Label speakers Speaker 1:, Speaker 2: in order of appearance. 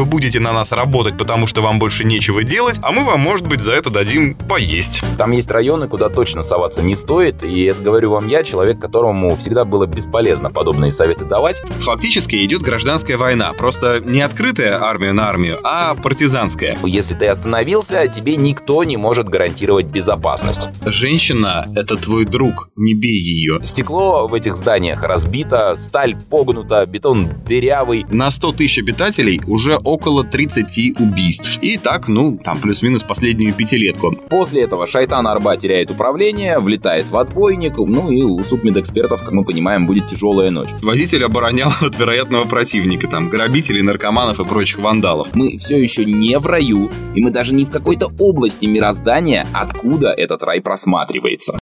Speaker 1: вы будете на нас работать, потому что вам больше нечего делать, а мы вам, может быть, за это дадим поесть.
Speaker 2: Там есть районы, куда точно соваться не стоит, и это говорю вам я, человек, которому всегда было бесполезно подобные советы давать.
Speaker 1: Фактически идет гражданская война, просто не открытая армия на армию, а партизанская.
Speaker 2: Если ты остановился, тебе никто не может гарантировать безопасность.
Speaker 1: Женщина — это твой друг, не бей ее.
Speaker 2: Стекло в этих зданиях разбито, сталь погнута, бетон дырявый.
Speaker 1: На 100 тысяч обитателей уже около 30 убийств. И так, там плюс-минус последнюю пятилетку.
Speaker 2: После этого Шайтан-Арба теряет управление, влетает в отбойник, и у судмедэкспертов, как мы понимаем, будет тяжелая ночь.
Speaker 1: Водитель оборонял от вероятного противника, грабителей, наркоманов и прочих вандалов.
Speaker 2: Мы все еще не в раю, и мы даже не в какой-то области мироздания, откуда этот рай просматривается.